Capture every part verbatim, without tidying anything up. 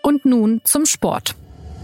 Und nun zum Sport.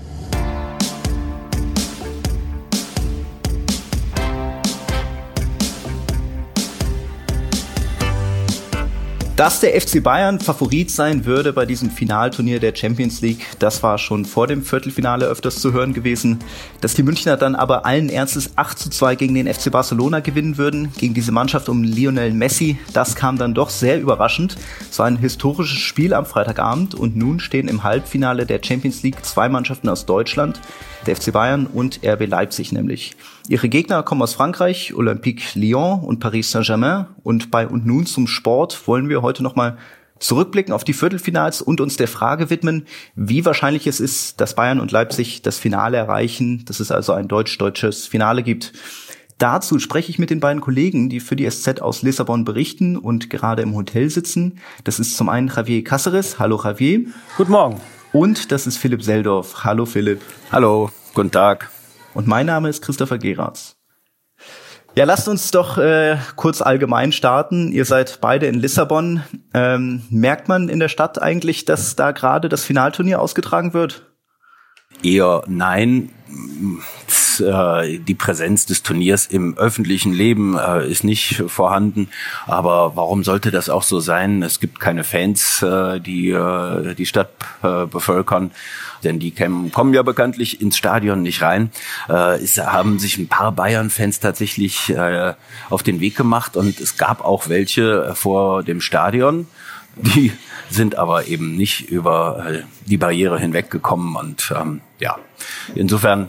Dass der F C Bayern Favorit sein würde bei diesem Finalturnier der Champions League, das war schon vor dem Viertelfinale öfters zu hören gewesen. Dass die Münchner dann aber allen Ernstes acht zu zwei gegen den F C Barcelona gewinnen würden, gegen diese Mannschaft um Lionel Messi, das kam dann doch sehr überraschend. Es war ein historisches Spiel am Freitagabend und nun stehen im Halbfinale der Champions League zwei Mannschaften aus Deutschland, der F C Bayern und R B Leipzig nämlich. Ihre Gegner kommen aus Frankreich, Olympique Lyon und Paris Saint-Germain. Und bei Und nun zum Sport wollen wir heute nochmal zurückblicken auf die Viertelfinals und uns der Frage widmen, wie wahrscheinlich es ist, dass Bayern und Leipzig das Finale erreichen, dass es also ein deutsch-deutsches Finale gibt. Dazu spreche ich mit den beiden Kollegen, die für die S Z aus Lissabon berichten und gerade im Hotel sitzen. Das ist zum einen Javier Cáceres. Hallo Javier. Guten Morgen. Und das ist Philipp Seldorf. Hallo Philipp. Hallo, guten Tag. Und mein Name ist Christopher Geratz. Ja, lasst uns doch äh, kurz allgemein starten. Ihr seid beide in Lissabon. Ähm, merkt man in der Stadt eigentlich, dass da gerade das Finalturnier ausgetragen wird? Eher nein. Die Präsenz des Turniers im öffentlichen Leben äh, ist nicht vorhanden. Aber warum sollte das auch so sein? Es gibt keine Fans, äh, die äh, die Stadt äh, bevölkern, denn die kämen, kommen ja bekanntlich ins Stadion nicht rein. Äh, es haben sich ein paar Bayern-Fans tatsächlich äh, auf den Weg gemacht und es gab auch welche vor dem Stadion. Die sind aber eben nicht über äh, die Barriere hinweggekommen und ähm, ja, insofern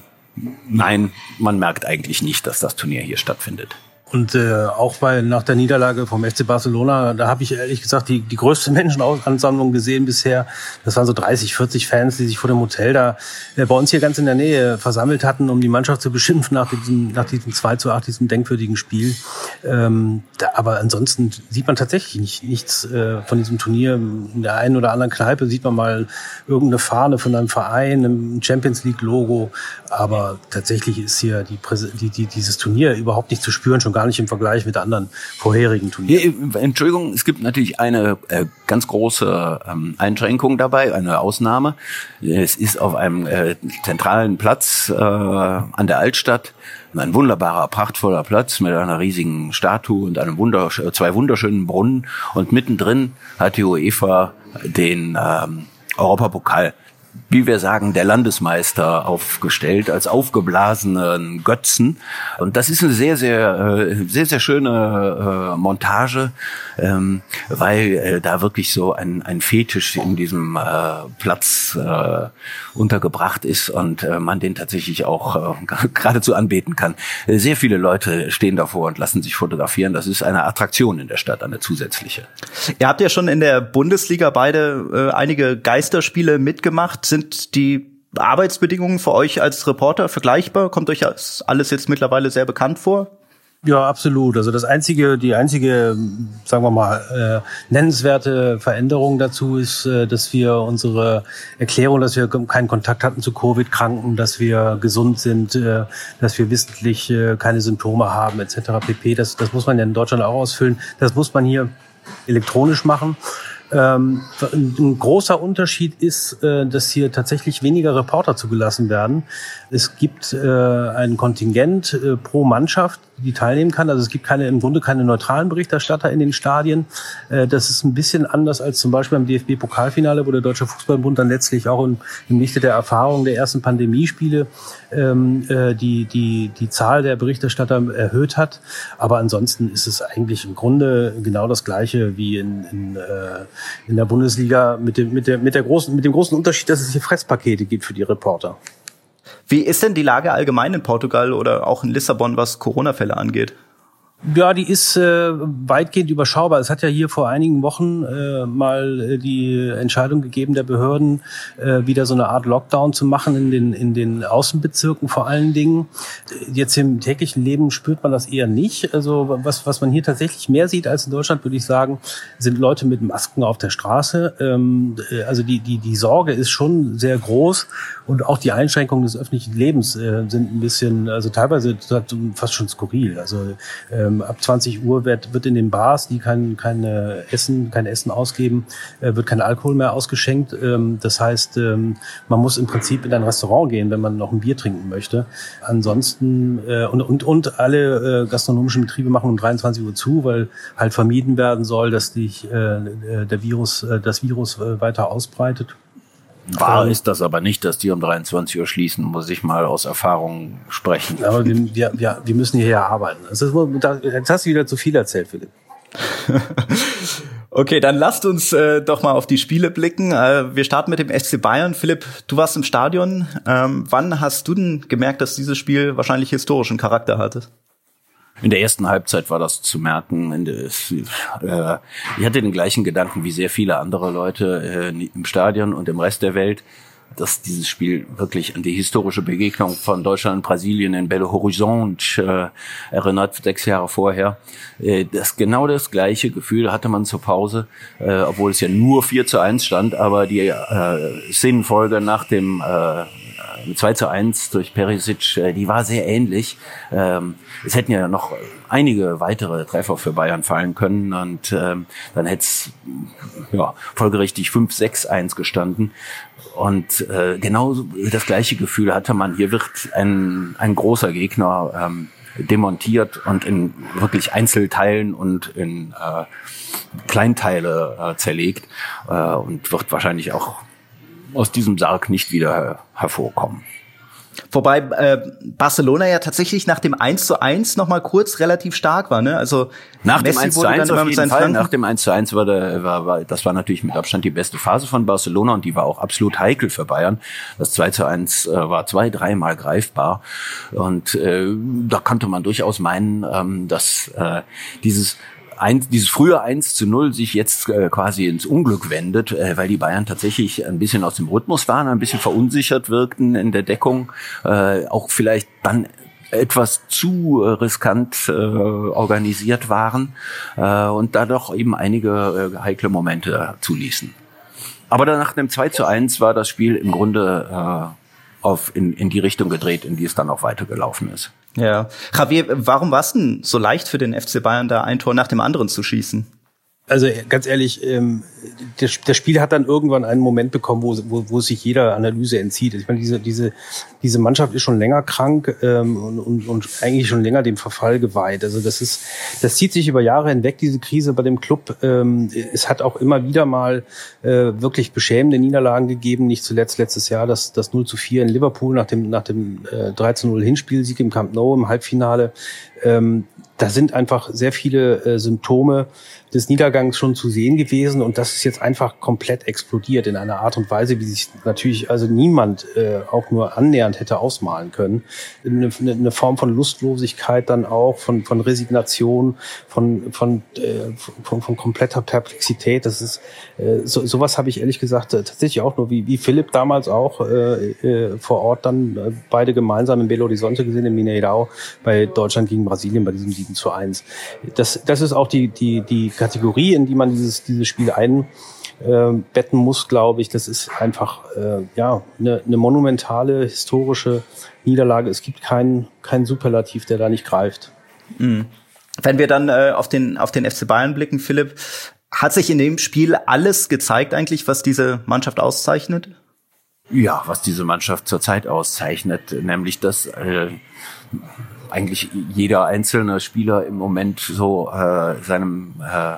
nein, man merkt eigentlich nicht, dass das Turnier hier stattfindet. Und äh, auch bei nach der Niederlage vom F C Barcelona, da habe ich ehrlich gesagt die die größte Menschenansammlung gesehen bisher. Das waren so dreißig, vierzig Fans, die sich vor dem Hotel da äh, bei uns hier ganz in der Nähe versammelt hatten, um die Mannschaft zu beschimpfen nach diesem nach diesem zwei zu acht, diesem denkwürdigen Spiel. Ähm, da, aber ansonsten sieht man tatsächlich nicht, nichts äh, von diesem Turnier. In der einen oder anderen Kneipe sieht man mal irgendeine Fahne von einem Verein, einem Champions League Logo. Aber tatsächlich ist hier die, die, die dieses Turnier überhaupt nicht zu spüren, schon gar nicht im Vergleich mit anderen vorherigen Turnieren. Hier, Entschuldigung, es gibt natürlich eine äh, ganz große ähm, Einschränkung dabei, eine Ausnahme. Es ist auf einem äh, zentralen Platz äh, an der Altstadt, ein wunderbarer, prachtvoller Platz mit einer riesigen Statue und einem wundersch- zwei wunderschönen Brunnen. Und mittendrin hat die UEFA den ähm, Europapokal, wie wir sagen, der Landesmeister aufgestellt als aufgeblasenen Götzen. Und das ist eine sehr, sehr, sehr, sehr schöne äh, Montage, ähm, weil äh, da wirklich so ein, ein Fetisch in diesem äh, Platz äh, untergebracht ist und äh, man den tatsächlich auch äh, geradezu anbeten kann. Sehr viele Leute stehen davor und lassen sich fotografieren. Das ist eine Attraktion in der Stadt, eine zusätzliche. Ihr habt ja schon in der Bundesliga beide äh, einige Geisterspiele mitgemacht. Sind die Arbeitsbedingungen für euch als Reporter vergleichbar? Kommt euch das alles jetzt mittlerweile sehr bekannt vor? Ja, absolut. Also das einzige, die einzige, sagen wir mal, äh, nennenswerte Veränderung dazu ist, äh, dass wir unsere Erklärung, dass wir keinen Kontakt hatten zu Covid-Kranken, dass wir gesund sind, äh, dass wir wissentlich äh, keine Symptome haben, et cetera pp. Das, das muss man ja in Deutschland auch ausfüllen. Das muss man hier elektronisch machen. Ähm, ein großer Unterschied ist, äh, dass hier tatsächlich weniger Reporter zugelassen werden. Es gibt äh, ein Kontingent äh, pro Mannschaft, die teilnehmen kann. Also es gibt keine, im Grunde keine neutralen Berichterstatter in den Stadien. Äh, das ist ein bisschen anders als zum Beispiel beim D F B-Pokalfinale, wo der Deutsche Fußballbund dann letztlich auch im, im Lichte der Erfahrung der ersten Pandemiespiele ähm, äh, die die die Zahl der Berichterstatter erhöht hat. Aber ansonsten ist es eigentlich im Grunde genau das Gleiche wie in, in äh, in der Bundesliga mit dem mit der mit der großen mit dem großen Unterschied, dass es hier Fresspakete gibt für die Reporter. Wie ist denn die Lage allgemein in Portugal oder auch in Lissabon, was Corona-Fälle angeht? Ja, die ist äh, weitgehend überschaubar. Es hat ja hier vor einigen Wochen äh, mal äh, die Entscheidung gegeben der Behörden, äh, wieder so eine Art Lockdown zu machen in den in den Außenbezirken vor allen Dingen. Jetzt im täglichen Leben spürt man das eher nicht. Also was was man hier tatsächlich mehr sieht als in Deutschland, würde ich sagen, sind Leute mit Masken auf der Straße. Ähm, also die die die Sorge ist schon sehr groß und auch die Einschränkungen des öffentlichen Lebens äh, sind ein bisschen, also teilweise fast schon skurril. Also äh, Ähm, ab zwanzig Uhr wird, wird in den Bars, die kein, keine Essen, kein Essen ausgeben, äh, wird kein Alkohol mehr ausgeschenkt. Ähm, das heißt, ähm, man muss im Prinzip in ein Restaurant gehen, wenn man noch ein Bier trinken möchte. Ansonsten, äh, und, und, und alle äh, gastronomischen Betriebe machen um dreiundzwanzig Uhr zu, weil halt vermieden werden soll, dass sich äh, der Virus, äh, das Virus äh, weiter ausbreitet. Wahr ist das aber nicht, dass die um dreiundzwanzig Uhr schließen, muss ich mal aus Erfahrung sprechen. Aber wir, wir, wir, wir müssen hierher arbeiten. Das ist, jetzt hast du wieder zu viel erzählt, Philipp. Okay, dann lasst uns äh, doch mal auf die Spiele blicken. Äh, wir starten mit dem F C Bayern. Philipp, du warst im Stadion. Ähm, wann hast du denn gemerkt, dass dieses Spiel wahrscheinlich historischen Charakter hatte? In der ersten Halbzeit war das zu merken. In des, äh, ich hatte den gleichen Gedanken wie sehr viele andere Leute äh, im Stadion und im Rest der Welt, dass dieses Spiel wirklich an die historische Begegnung von Deutschland und Brasilien in Belo Horizonte äh, erinnert, sechs Jahre vorher. Äh, das genau das gleiche Gefühl hatte man zur Pause, äh, obwohl es ja nur vier zu eins stand, aber die äh, Szenenfolge nach dem äh, zwei zu eins durch Perisic, die war sehr ähnlich. Ähm, es hätten ja noch einige weitere Treffer für Bayern fallen können und ähm, dann hätte es ja, folgerichtig fünf sechs eins gestanden. Und äh, genau das gleiche Gefühl hatte man. Hier wird ein, ein großer Gegner ähm, demontiert und in wirklich Einzelteilen und in äh, Kleinteile äh, zerlegt äh, und wird wahrscheinlich auch aus diesem Sarg nicht wieder hervorkommen. Wobei äh, Barcelona ja tatsächlich nach dem eins zu eins noch mal kurz relativ stark war, ne? Also nach Messi dem eins zu wurde eins dann auf immer jeden mit Fall. seinen Nach dem eins zu eins war, der, war, war das war natürlich mit Abstand die beste Phase von Barcelona und die war auch absolut heikel für Bayern. Das zwei zu eins äh, war zwei, dreimal greifbar und äh, da konnte man durchaus meinen, ähm, dass äh, dieses Ein, dieses frühe eins zu null sich jetzt äh, quasi ins Unglück wendet, äh, weil die Bayern tatsächlich ein bisschen aus dem Rhythmus waren, ein bisschen verunsichert wirkten in der Deckung, äh, auch vielleicht dann etwas zu äh, riskant äh, organisiert waren äh, und da doch eben einige äh, heikle Momente äh, zuließen. Aber dann nach dem zwei zu eins war das Spiel im Grunde äh, auf in, in die Richtung gedreht, in die es dann auch weitergelaufen ist. Ja. Javier, warum war es denn so leicht für den F C Bayern, da ein Tor nach dem anderen zu schießen? Also ganz ehrlich, ähm, das, das Spiel hat dann irgendwann einen Moment bekommen, wo, wo, wo sich jeder Analyse entzieht. Ich meine, diese, diese, diese Mannschaft ist schon länger krank ähm, und, und, und eigentlich schon länger dem Verfall geweiht. Also das ist, das zieht sich über Jahre hinweg, diese Krise bei dem Club. Ähm, es hat auch immer wieder mal äh, wirklich beschämende Niederlagen gegeben. Nicht zuletzt letztes Jahr das, das null zu vier in Liverpool nach dem, nach dem äh, drei zu null Hinspielsieg im Camp Nou im Halbfinale. Ähm, da sind einfach sehr viele äh, Symptome des Niedergangs schon zu sehen gewesen und das ist jetzt einfach komplett explodiert in einer Art und Weise, wie sich natürlich also niemand äh, auch nur annähernd hätte ausmalen können. Eine, eine Form von Lustlosigkeit dann auch, von von Resignation, von von äh, von, von kompletter Perplexität. Das ist äh, so, sowas habe ich ehrlich gesagt äh, tatsächlich auch nur wie wie Philipp damals auch äh, äh, vor Ort dann äh, beide gemeinsam in Belo Horizonte gesehen, in Mineirão, bei Deutschland gegen Brasilien bei diesem sieben zu eins. Das das ist auch die die die Kategorie, in die man dieses dieses Spiel einbetten muss, glaube ich. Das ist einfach äh, ja eine, eine monumentale historische Niederlage. Es gibt keinen keinen Superlativ, der da nicht greift. Mhm. Wenn wir dann äh, auf den auf den F C Bayern blicken, Philipp, hat sich in dem Spiel alles gezeigt eigentlich, was diese Mannschaft auszeichnet? Ja, was diese Mannschaft zurzeit auszeichnet, nämlich dass äh, eigentlich jeder einzelne Spieler im Moment so äh, seinem äh,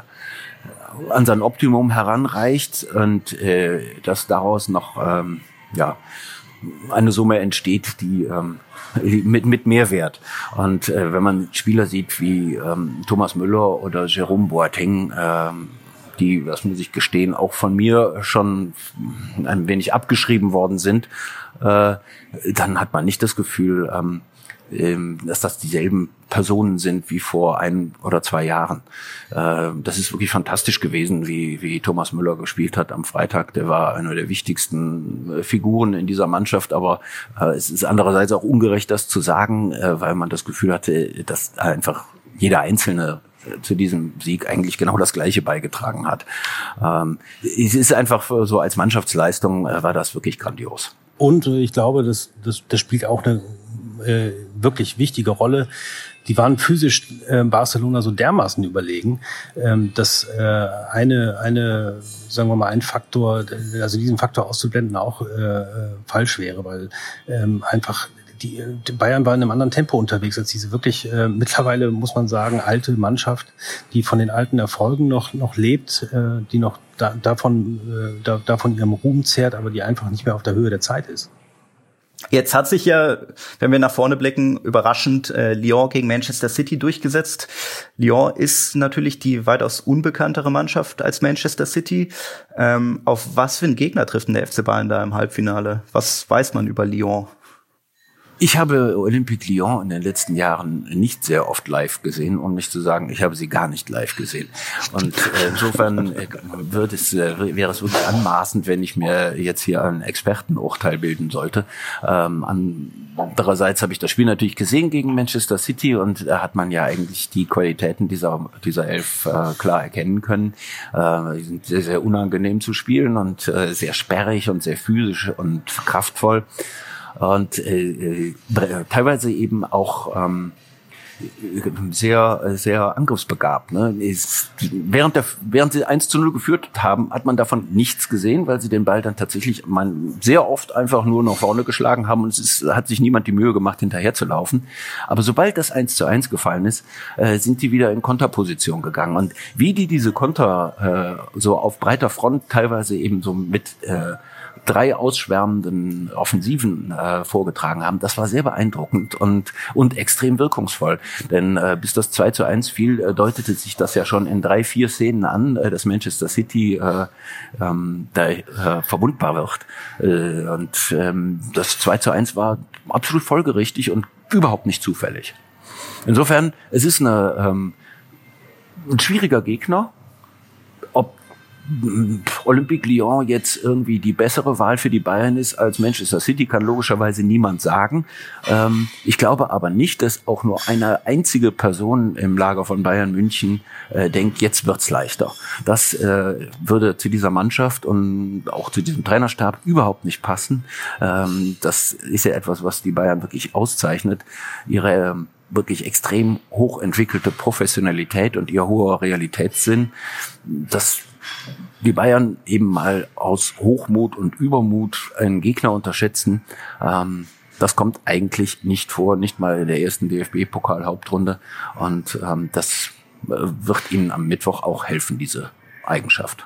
an sein Optimum heranreicht und äh, dass daraus noch ähm, ja eine Summe entsteht, die ähm, mit mit Mehrwert. Und äh, wenn man Spieler sieht wie ähm, Thomas Müller oder Jerome Boateng, ähm, die, das muss ich gestehen, auch von mir schon ein wenig abgeschrieben worden sind, äh, dann hat man nicht das Gefühl, ähm, dass das dieselben Personen sind wie vor ein oder zwei Jahren. Das ist wirklich fantastisch gewesen, wie wie Thomas Müller gespielt hat am Freitag. Der war einer der wichtigsten Figuren in dieser Mannschaft, aber es ist andererseits auch ungerecht, das zu sagen, weil man das Gefühl hatte, dass einfach jeder Einzelne zu diesem Sieg eigentlich genau das Gleiche beigetragen hat. Es ist einfach so, als Mannschaftsleistung war das wirklich grandios. Und ich glaube, das, das, das spielt auch eine äh, wirklich wichtige Rolle. Die waren physisch äh, Barcelona so dermaßen überlegen, ähm, dass äh, eine, eine, sagen wir mal, ein Faktor, also diesen Faktor auszublenden auch äh, falsch wäre, weil ähm, einfach die, die Bayern waren in einem anderen Tempo unterwegs als diese wirklich äh, mittlerweile, muss man sagen, alte Mannschaft, die von den alten Erfolgen noch noch lebt, äh, die noch da, davon äh, da, davon ihrem Ruhm zehrt, aber die einfach nicht mehr auf der Höhe der Zeit ist. Jetzt hat sich ja, wenn wir nach vorne blicken, überraschend äh, Lyon gegen Manchester City durchgesetzt. Lyon ist natürlich die weitaus unbekanntere Mannschaft als Manchester City. Ähm, auf was für einen Gegner trifft denn der F C Bayern da im Halbfinale? Was weiß man über Lyon? Ich habe Olympique Lyon in den letzten Jahren nicht sehr oft live gesehen, um nicht zu sagen, ich habe sie gar nicht live gesehen. Und äh, insofern äh, wird es, äh, wäre es wirklich anmaßend, wenn ich mir jetzt hier ein Expertenurteil bilden sollte. Ähm, andererseits habe ich das Spiel natürlich gesehen gegen Manchester City und da hat man ja eigentlich die Qualitäten dieser dieser Elf äh, klar erkennen können. Äh, die sind sehr, sehr unangenehm zu spielen und äh, sehr sperrig und sehr physisch und kraftvoll. Und äh, teilweise eben auch ähm, sehr sehr angriffsbegabt. Ne? Ist, während der während sie eins zu null geführt haben, hat man davon nichts gesehen, weil sie den Ball dann tatsächlich man sehr oft einfach nur nach vorne geschlagen haben und es ist, hat sich niemand die Mühe gemacht, hinterher zu laufen. Aber sobald das eins zu eins gefallen ist, äh, sind die wieder in Konterposition gegangen. Und wie die diese Konter äh, so auf breiter Front teilweise eben so mit äh, drei ausschwärmenden Offensiven äh, vorgetragen haben. Das war sehr beeindruckend und und extrem wirkungsvoll. Denn äh, bis das zwei zu eins fiel, äh, deutete sich das ja schon in drei, vier Szenen an, äh, dass Manchester City äh, ähm, da äh, verwundbar wird. Äh, und ähm, das zwei zu eins war absolut folgerichtig und überhaupt nicht zufällig. Insofern, es ist eine, ähm, ein schwieriger Gegner. Ob Olympique Lyon jetzt irgendwie die bessere Wahl für die Bayern ist als Manchester City, kann logischerweise niemand sagen. Ähm, ich glaube aber nicht, dass auch nur eine einzige Person im Lager von Bayern München äh, denkt, jetzt wird's leichter. Das äh, würde zu dieser Mannschaft und auch zu diesem Trainerstab überhaupt nicht passen. Ähm, das ist ja etwas, was die Bayern wirklich auszeichnet. Ihre ähm, wirklich extrem hochentwickelte Professionalität und ihr hoher Realitätssinn, dass die Bayern eben mal aus Hochmut und Übermut einen Gegner unterschätzen, ähm, das kommt eigentlich nicht vor, nicht mal in der ersten D F B-Pokal-Hauptrunde. Und ähm, das äh, wird ihnen am Mittwoch auch helfen, diese Eigenschaft.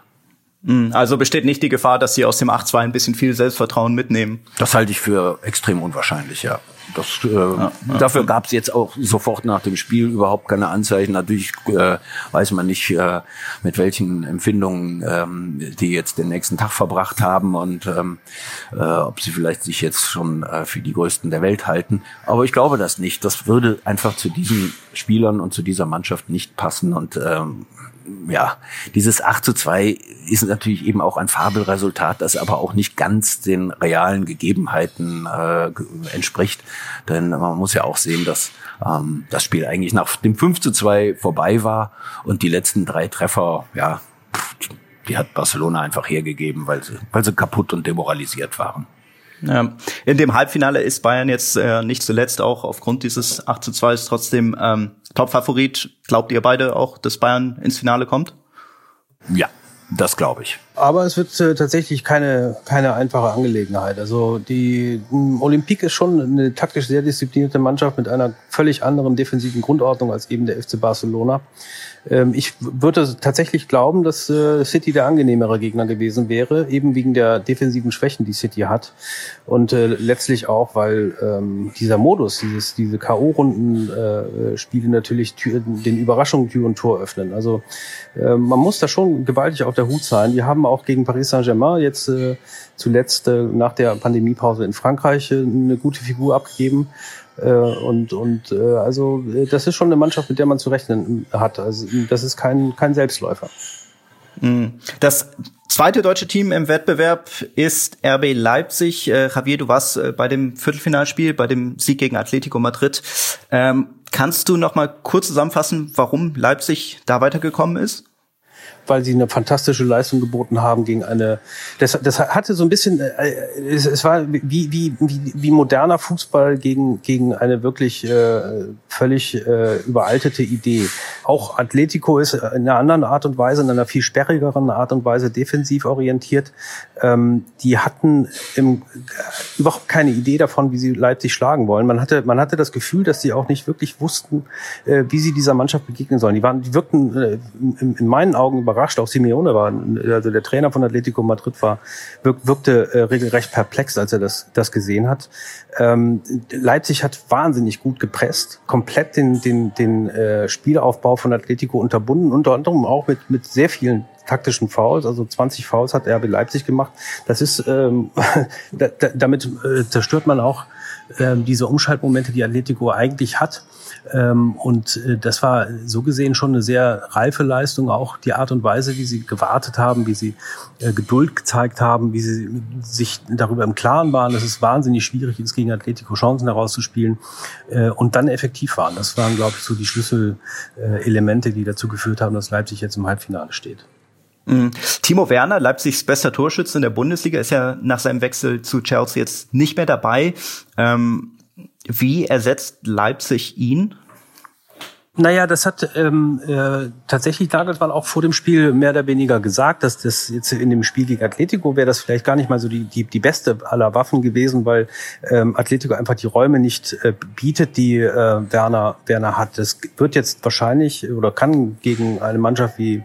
Also besteht nicht die Gefahr, dass sie aus dem acht zwei ein bisschen viel Selbstvertrauen mitnehmen? Das halte ich für extrem unwahrscheinlich, ja. Das, äh, ja, ja. Dafür gab es jetzt auch sofort nach dem Spiel überhaupt keine Anzeichen. Natürlich äh, weiß man nicht, äh, mit welchen Empfindungen ähm, die jetzt den nächsten Tag verbracht haben und ähm, äh, ob sie vielleicht sich jetzt schon äh, für die Größten der Welt halten. Aber ich glaube das nicht. Das würde einfach zu diesen Spielern und zu dieser Mannschaft nicht passen. Und ähm, ja, dieses acht zu zwei ist natürlich eben auch ein Fabelresultat, das aber auch nicht ganz den realen Gegebenheiten äh, entspricht. Denn man muss ja auch sehen, dass ähm, das Spiel eigentlich nach dem fünf zu zwei vorbei war und die letzten drei Treffer, ja, die hat Barcelona einfach hergegeben, weil sie, weil sie kaputt und demoralisiert waren. Ja. In dem Halbfinale ist Bayern jetzt äh, nicht zuletzt auch aufgrund dieses acht zu zwei ist trotzdem ähm, Top-Favorit. Glaubt ihr beide auch, dass Bayern ins Finale kommt? Ja, das glaube ich. Aber es wird äh, tatsächlich keine keine einfache Angelegenheit. Also die m, Olympique ist schon eine taktisch sehr disziplinierte Mannschaft mit einer völlig anderen defensiven Grundordnung als eben der F C Barcelona. Ähm, ich würde tatsächlich glauben, dass äh, City der angenehmere Gegner gewesen wäre, eben wegen der defensiven Schwächen, die City hat. Und äh, letztlich auch, weil ähm, dieser Modus, dieses diese K O-Runden-Spiele äh, natürlich Tür, den Überraschungen Tür und Tor öffnen. Also äh, man muss da schon gewaltig auf der Hut sein. Die haben auch gegen Paris Saint-Germain jetzt äh, zuletzt äh, nach der Pandemiepause in Frankreich äh, eine gute Figur abgegeben. Äh, und und äh, also das ist schon eine Mannschaft, mit der man zu rechnen hat. Also das ist kein kein Selbstläufer. Das zweite deutsche Team im Wettbewerb ist R B Leipzig. Äh, Javier, du warst äh, bei dem Viertelfinalspiel, bei dem Sieg gegen Atletico Madrid. Ähm, kannst du noch mal kurz zusammenfassen, warum Leipzig da weitergekommen ist? weil sie eine fantastische Leistung geboten haben gegen eine, das, das hatte so ein bisschen, äh, es, es war wie, wie, wie, wie moderner Fußball gegen, gegen eine wirklich äh, völlig äh, überaltete Idee. Auch Atletico ist in einer anderen Art und Weise, in einer viel sperrigeren Art und Weise defensiv orientiert. Ähm, die hatten im, äh, überhaupt keine Idee davon, wie sie Leipzig schlagen wollen. Man hatte, man hatte das Gefühl, dass sie auch nicht wirklich wussten, äh, wie sie dieser Mannschaft begegnen sollen. Die waren, die wirkten äh, in, in meinen Augen überrascht. Auch Simeone war, also der Trainer von Atletico Madrid war, wirk, wirkte äh, regelrecht perplex, als er das, das gesehen hat. Ähm, Leipzig hat wahnsinnig gut gepresst, komplett den, den, den äh, Spielaufbau von Atletico unterbunden, unter anderem auch mit, mit sehr vielen taktischen Fouls, also zwanzig Fouls hat R B Leipzig gemacht. Das ist, ähm, da, da, damit äh, zerstört man auch äh, diese Umschaltmomente, die Atletico eigentlich hat. Ähm, und äh, das war so gesehen schon eine sehr reife Leistung, auch die Art und Weise, wie sie gewartet haben, wie sie äh, Geduld gezeigt haben, wie sie sich darüber im Klaren waren, dass es wahnsinnig schwierig ist, gegen Atletico Chancen herauszuspielen äh, und dann effektiv waren. Das waren, glaube ich, so die Schlüsselelemente, äh, die dazu geführt haben, dass Leipzig jetzt im Halbfinale steht. Mhm. Timo Werner, Leipzigs bester Torschütze in der Bundesliga, ist ja nach seinem Wechsel zu Chelsea jetzt nicht mehr dabei. Ähm Wie ersetzt Leipzig ihn? Naja, das hat ähm, äh, tatsächlich Nagelsmann auch vor dem Spiel mehr oder weniger gesagt, dass das jetzt in dem Spiel gegen Atletico wäre das vielleicht gar nicht mal so die die, die beste aller Waffen gewesen, weil ähm, Atletico einfach die Räume nicht äh, bietet, die äh, Werner Werner hat. Das wird jetzt wahrscheinlich oder kann gegen eine Mannschaft wie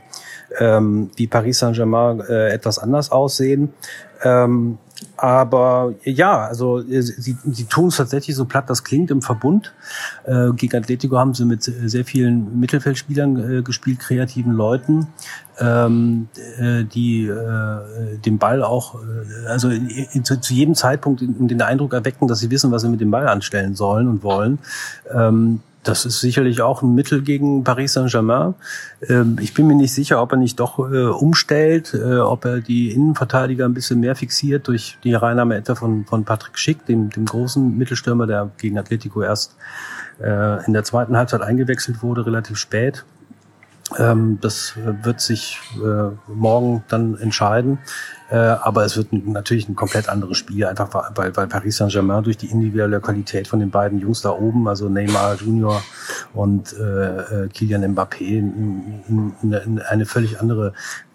ähm, wie Paris Saint-Germain äh, etwas anders aussehen. Ähm, Aber ja, also sie, sie tun es tatsächlich so platt, das klingt im Verbund. Äh, gegen Atletico haben sie mit sehr vielen Mittelfeldspielern äh, gespielt, kreativen Leuten, ähm, äh, die äh, den Ball auch, äh, also in, in, zu, zu jedem Zeitpunkt in, in den Eindruck erwecken, dass sie wissen, was sie mit dem Ball anstellen sollen und wollen. Ähm, Das ist sicherlich auch ein Mittel gegen Paris Saint-Germain. Ähm, ich bin mir nicht sicher, ob er nicht doch äh, umstellt, äh, ob er die Innenverteidiger ein bisschen mehr fixiert durch die Reinnahme etwa von, von Patrick Schick, dem, dem großen Mittelstürmer, der gegen Atletico erst äh, in der zweiten Halbzeit eingewechselt wurde, relativ spät. Ähm, das wird sich äh, morgen dann entscheiden. Äh, aber es wird ein, natürlich ein komplett anderes Spiel, einfach weil, weil Paris Saint-Germain durch die individuelle Qualität von den beiden Jungs da oben, also Neymar Junior und äh, Kylian Mbappé, eine, eine völlig andere,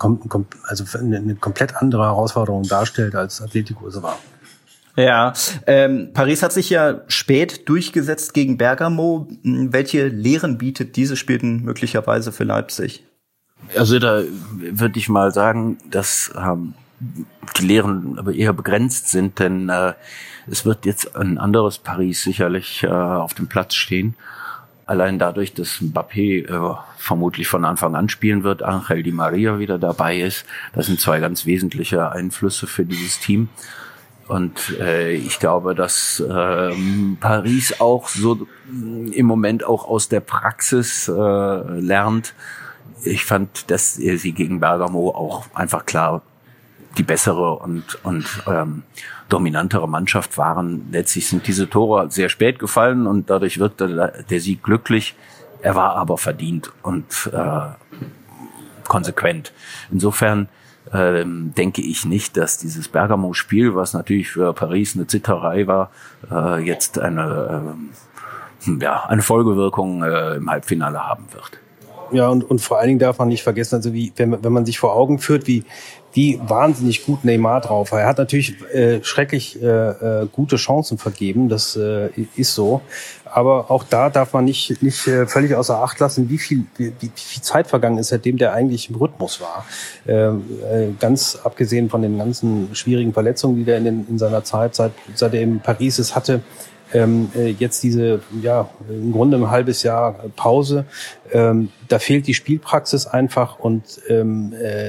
also eine, eine komplett andere Herausforderung darstellt, als Atletico es war. Ja, ähm, Paris hat sich ja spät durchgesetzt gegen Bergamo. Welche Lehren bietet dieses Spiel denn möglicherweise für Leipzig? Also da würde ich mal sagen, dass ähm, die Lehren aber eher begrenzt sind, denn äh, es wird jetzt ein anderes Paris sicherlich äh, auf dem Platz stehen. Allein dadurch, dass Mbappé äh, vermutlich von Anfang an spielen wird, Angel Di Maria wieder dabei ist. Das sind zwei ganz wesentliche Einflüsse für dieses Team. Und äh, ich glaube, dass äh, Paris auch so im Moment auch aus der Praxis äh, lernt. Ich fand, dass sie gegen Bergamo auch einfach klar die bessere und und ähm, dominantere Mannschaft waren. Letztlich sind diese Tore sehr spät gefallen und dadurch wirkte der Sieg glücklich. Er war aber verdient und äh, konsequent. Insofern Ähm, denke ich nicht, dass dieses Bergamo-Spiel, was natürlich für Paris eine Zitterei war, äh, jetzt eine, äh, ja, eine Folgewirkung äh, im Halbfinale haben wird. Ja, und, und vor allen Dingen darf man nicht vergessen, also wie, wenn, wenn man sich vor Augen führt, wie, wie wahnsinnig gut Neymar drauf war. Er hat natürlich äh, schrecklich äh, äh, gute Chancen vergeben, das äh, ist so. Aber auch da darf man nicht nicht äh, völlig außer Acht lassen, wie viel wie, wie viel Zeit vergangen ist, seitdem der eigentlich im Rhythmus war. Äh, äh, ganz abgesehen von den ganzen schwierigen Verletzungen, die der in, den, in seiner Zeit, seit seit er in Paris ist, hatte. Ähm, äh, jetzt diese, ja, im Grunde ein halbes Jahr Pause. Ähm, da fehlt die Spielpraxis einfach und ähm, äh,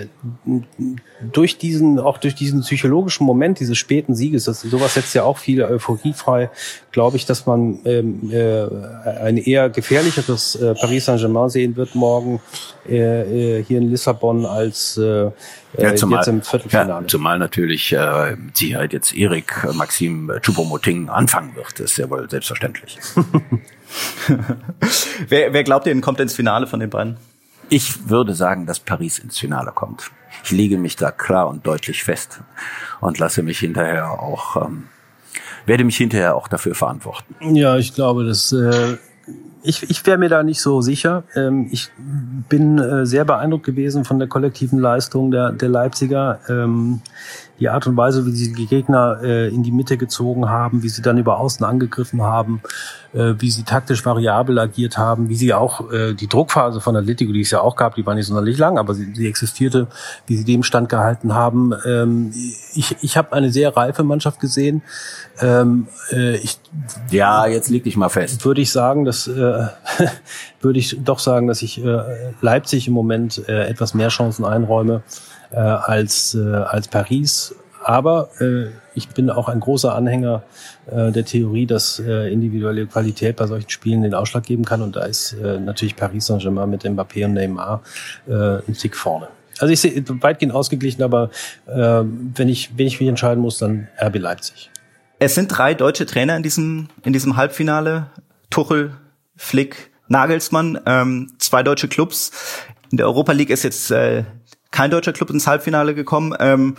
durch diesen, auch durch diesen psychologischen Moment dieses späten Sieges, das, sowas setzt ja auch viel Euphorie frei, glaube ich, dass man ähm, äh, ein eher gefährlicheres äh, Paris Saint-Germain sehen wird morgen äh, äh, hier in Lissabon als äh, Ja, zumal, jetzt im Viertelfinale. Ja, zumal natürlich äh, mit Sicherheit jetzt Erik äh, Maxim Choupo-Moting anfangen wird. Das ist ja wohl selbstverständlich. wer, wer glaubt ihr, kommt ins Finale von den beiden? Ich würde sagen, dass Paris ins Finale kommt. Ich lege mich da klar und deutlich fest und lasse mich hinterher auch, ähm, werde mich hinterher auch dafür verantworten. Ja, ich glaube, dass äh, ich ich wäre mir da nicht so sicher. Ähm, ich bin äh, sehr beeindruckt gewesen von der kollektiven Leistung der der Leipziger. Ähm, die Art und Weise, wie sie die Gegner äh, in die Mitte gezogen haben, wie sie dann über Außen angegriffen haben, äh, wie sie taktisch variabel agiert haben, wie sie auch äh, die Druckphase von Atletico, die es ja auch gab, die war nicht sonderlich lang, aber sie, sie existierte, wie sie dem standgehalten haben. Ähm, ich ich habe eine sehr reife Mannschaft gesehen. Ähm, äh, ich, ja, jetzt leg dich mal fest. Würde ich sagen, dass äh, würde ich doch sagen, dass ich äh, Leipzig im Moment äh, etwas mehr Chancen einräume äh, als äh, als Paris. Aber äh, ich bin auch ein großer Anhänger äh, der Theorie, dass äh, individuelle Qualität bei solchen Spielen den Ausschlag geben kann. Und da ist äh, natürlich Paris Saint-Germain mit Mbappé und Neymar äh, ein Tick vorne. Also ich sehe weitgehend ausgeglichen, aber äh, wenn ich wenn ich mich entscheiden muss, dann R B Leipzig. Es sind drei deutsche Trainer in diesem in diesem Halbfinale: Tuchel, Flick, Nagelsmann. Ähm, zwei deutsche Clubs. In der Europa League ist jetzt äh, kein deutscher Club ins Halbfinale gekommen. Ähm,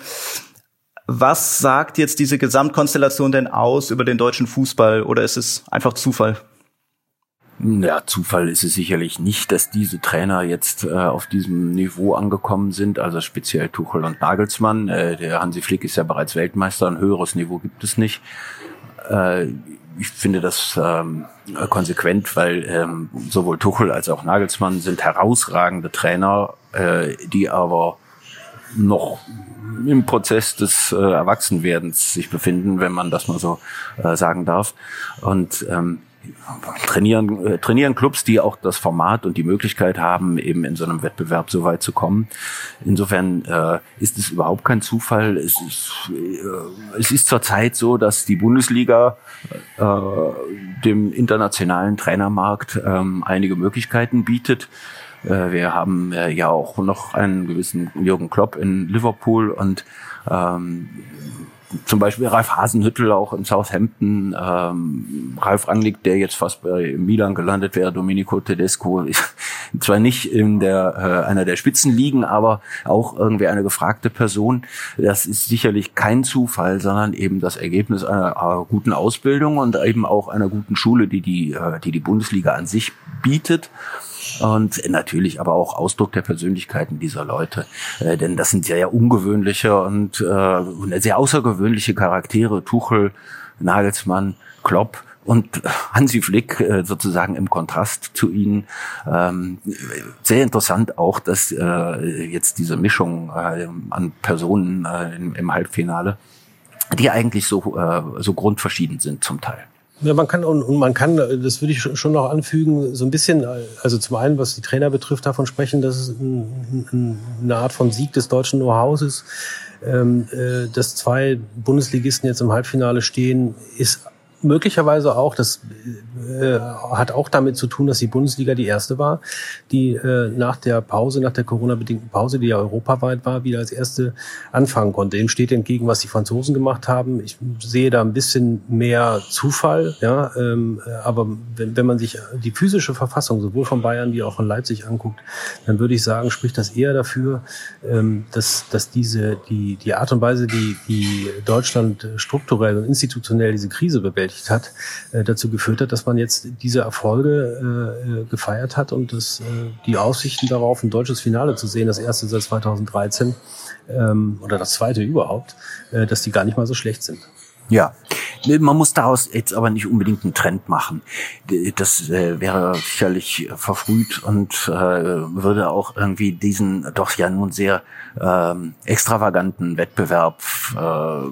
was sagt jetzt diese Gesamtkonstellation denn aus über den deutschen Fußball, oder ist es einfach Zufall? Ja, Zufall ist es sicherlich nicht, dass diese Trainer jetzt äh, auf diesem Niveau angekommen sind, also speziell Tuchel und Nagelsmann. Äh, der Hansi Flick ist ja bereits Weltmeister, ein höheres Niveau gibt es nicht. Äh, ich finde das ähm, konsequent, weil ähm, sowohl Tuchel als auch Nagelsmann sind herausragende Trainer, äh, die aber noch im Prozess des äh, Erwachsenwerdens sich befinden, wenn man das mal so äh, sagen darf. Und ähm, trainieren äh, trainieren Clubs, die auch das Format und die Möglichkeit haben, eben in so einem Wettbewerb so weit zu kommen. Insofern äh, ist es überhaupt kein Zufall. Es ist äh, es ist zurzeit so, dass die Bundesliga äh, dem internationalen Trainermarkt äh, einige Möglichkeiten bietet. Äh, wir haben äh, ja auch noch einen gewissen Jürgen Klopp in Liverpool und ähm, zum Beispiel Ralf Hasenhüttl auch in Southampton, ähm, Ralf Rangnick, der jetzt fast bei Milan gelandet wäre, Domenico Tedesco, zwar nicht in der äh, einer der Spitzenligen, aber auch irgendwie eine gefragte Person. Das ist sicherlich kein Zufall, sondern eben das Ergebnis einer, einer guten Ausbildung und eben auch einer guten Schule, die die, äh, die die Bundesliga an sich bietet. Und natürlich aber auch Ausdruck der Persönlichkeiten dieser Leute. Äh, denn das sind sehr ungewöhnliche und äh, sehr außergewöhnliche Charaktere. Tuchel, Nagelsmann, Klopp und Hansi Flick äh, sozusagen im Kontrast zu ihnen. Ähm, sehr interessant auch, dass äh, jetzt diese Mischung äh, an Personen äh, im, im Halbfinale, die eigentlich so, äh, so grundverschieden sind zum Teil. Ja, man kann und, und man kann, das würde ich schon noch anfügen, so ein bisschen, also zum einen, was die Trainer betrifft, davon sprechen, dass es ein, ein, eine Art von Sieg des deutschen Know-hows ist. Ähm, äh, dass zwei Bundesligisten jetzt im Halbfinale stehen, ist möglicherweise auch, das äh, hat auch damit zu tun, dass die Bundesliga die erste war, die äh, nach der Pause, nach der Corona-bedingten Pause, die ja europaweit war, wieder als erste anfangen konnte. Dem steht entgegen, was die Franzosen gemacht haben. Ich sehe da ein bisschen mehr Zufall, ja, ähm, aber wenn, wenn man sich die physische Verfassung sowohl von Bayern wie auch von Leipzig anguckt, dann würde ich sagen, spricht das eher dafür, ähm, dass dass diese die die Art und Weise, die die Deutschland strukturell und institutionell diese Krise bewältigt hat, äh, dazu geführt hat, dass man jetzt diese Erfolge äh, gefeiert hat und dass äh, die Aussichten darauf, ein deutsches Finale zu sehen, das erste seit zweitausenddreizehn ähm, oder das zweite überhaupt, äh, dass die gar nicht mal so schlecht sind. Ja, man muss daraus jetzt aber nicht unbedingt einen Trend machen. Das äh, wäre sicherlich verfrüht und äh, würde auch irgendwie diesen doch ja nun sehr ähm, extravaganten Wettbewerb äh,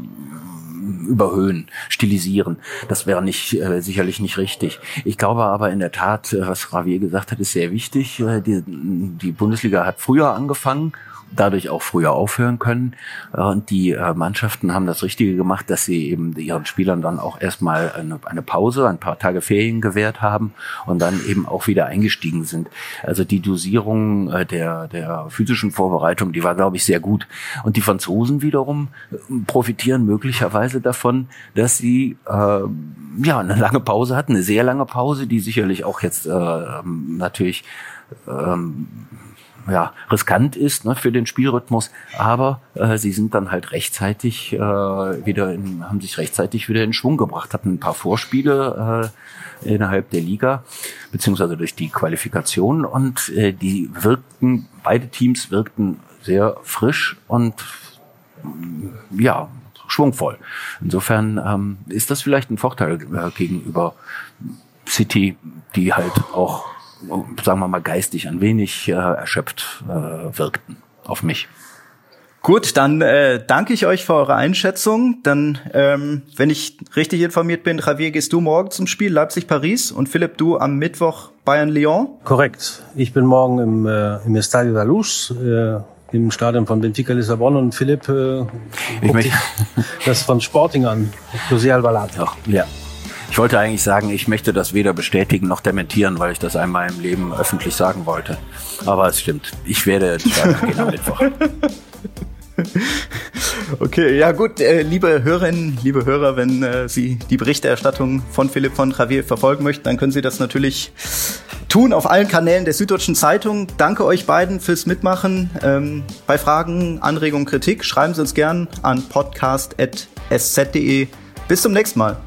überhöhen, stilisieren. Das wäre nicht äh, sicherlich nicht richtig. Ich glaube aber in der Tat, was Ravier gesagt hat, ist sehr wichtig. Die, die Bundesliga hat früher angefangen, dadurch auch früher aufhören können. Und die Mannschaften haben das Richtige gemacht, dass sie eben ihren Spielern dann auch erstmal eine, eine Pause, ein paar Tage Ferien gewährt haben und dann eben auch wieder eingestiegen sind. Also die Dosierung der, der physischen Vorbereitung, die war, glaube ich, sehr gut. Und die Franzosen wiederum profitieren möglicherweise davon, dass sie äh, ja eine lange Pause hatten, eine sehr lange Pause, die sicherlich auch jetzt äh, natürlich ähm, ja, riskant ist, ne, für den Spielrhythmus. Aber äh, sie sind dann halt rechtzeitig äh, wieder in, haben sich rechtzeitig wieder in Schwung gebracht, hatten ein paar Vorspiele äh, innerhalb der Liga, beziehungsweise durch die Qualifikation, und äh, die wirkten, beide Teams wirkten sehr frisch und ja, schwungvoll. Insofern ähm, ist das vielleicht ein Vorteil äh, gegenüber City, die halt auch, sagen wir mal, geistig ein wenig äh, erschöpft äh, wirkten auf mich. Gut, dann äh, danke ich euch für eure Einschätzung. Dann, ähm, wenn ich richtig informiert bin, Javier, gehst du morgen zum Spiel Leipzig-Paris und Philipp, du am Mittwoch Bayern-Lyon? Korrekt. Ich bin morgen im, äh, im Estadio da Luz, äh, im Stadion von Benfica Lissabon, und Philipp äh, ich guckt sich das von Sporting an, José Alvalade. Ja. Ich wollte eigentlich sagen, ich möchte das weder bestätigen noch dementieren, weil ich das einmal im Leben öffentlich sagen wollte. Aber es stimmt. Ich werde gehen am Mittwoch. Okay, ja gut, äh, liebe Hörerinnen, liebe Hörer, wenn äh, Sie die Berichterstattung von Philipp von Javier verfolgen möchten, dann können Sie das natürlich tun auf allen Kanälen der Süddeutschen Zeitung. Danke euch beiden fürs Mitmachen. Ähm, bei Fragen, Anregungen, Kritik schreiben Sie uns gern an podcast punkt s z punkt d e. Bis zum nächsten Mal.